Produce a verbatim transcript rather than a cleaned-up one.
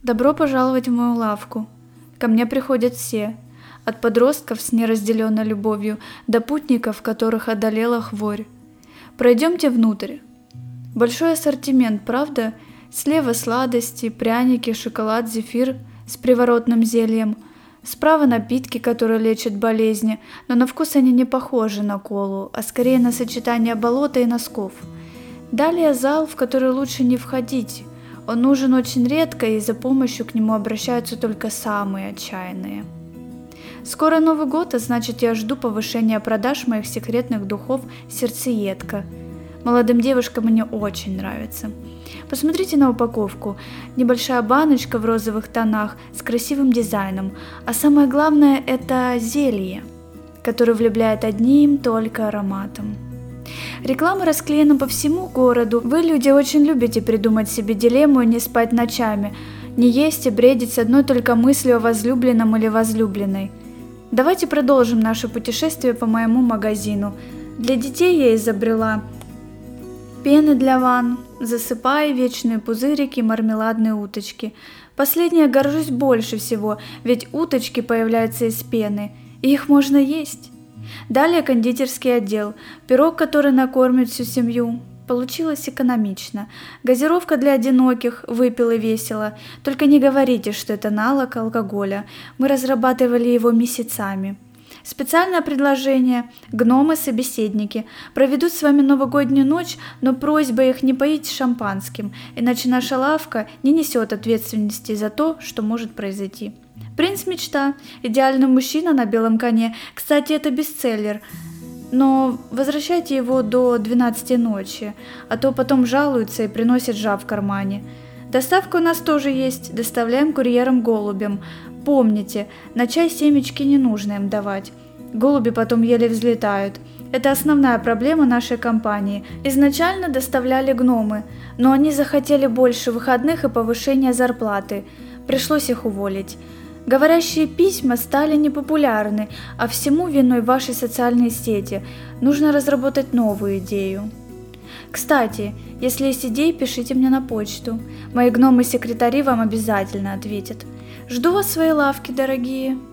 Добро пожаловать в мою лавку. Ко мне приходят все, от подростков с неразделенной любовью до путников, которых одолела хворь. Пройдемте внутрь. Большой ассортимент, правда? Слева сладости, пряники, шоколад, зефир с приворотным зельем. Справа напитки, которые лечат болезни, но на вкус они не похожи на колу, а скорее на сочетание болота и носков. Далее зал, в который лучше не входить. Он нужен очень редко, и за помощью к нему обращаются только самые отчаянные. Скоро Новый год, а значит, я жду повышения продаж моих секретных духов «Сердцеедка». Молодым девушкам они очень нравятся. Посмотрите на упаковку. Небольшая баночка в розовых тонах с красивым дизайном. А самое главное – это зелье, которое влюбляет одним только ароматом. Реклама расклеена по всему городу. Вы, люди, очень любите придумать себе дилемму и не спать ночами, не есть и бредить с одной только мыслью о возлюбленном или возлюбленной. Давайте продолжим наше путешествие по моему магазину. Для детей я изобрела пены для ванн, засыпай, вечные пузырики, мармеладные уточки. Последнее горжусь больше всего, ведь уточки появляются из пены, и их можно есть. Далее кондитерский отдел, пирог, который накормит всю семью. Получилось экономично. Газировка для одиноких, выпил и весело. Только не говорите, что это налог алкоголя. Мы разрабатывали его месяцами. Специальное предложение. Гномы-собеседники проведут с вами новогоднюю ночь, но просьба их не поить шампанским, иначе наша лавка не несет ответственности за то, что может произойти. Принц-мечта. Идеальный мужчина на белом коне. Кстати, это бестселлер. Но возвращайте его до двенадцати ночи, а то потом жалуются и приносят жаб в кармане. Доставка у нас тоже есть. Доставляем курьером-голубем. Помните, на чай семечки не нужно им давать. Голуби потом еле взлетают. Это основная проблема нашей компании. Изначально доставляли гномы, но они захотели больше выходных и повышения зарплаты. Пришлось их уволить. Говорящие письма стали непопулярны, а всему виной ваши социальные сети. Нужно разработать новую идею. Кстати, если есть идеи, пишите мне на почту. Мои гномы-секретари вам обязательно ответят. Жду вас в своей лавке, дорогие.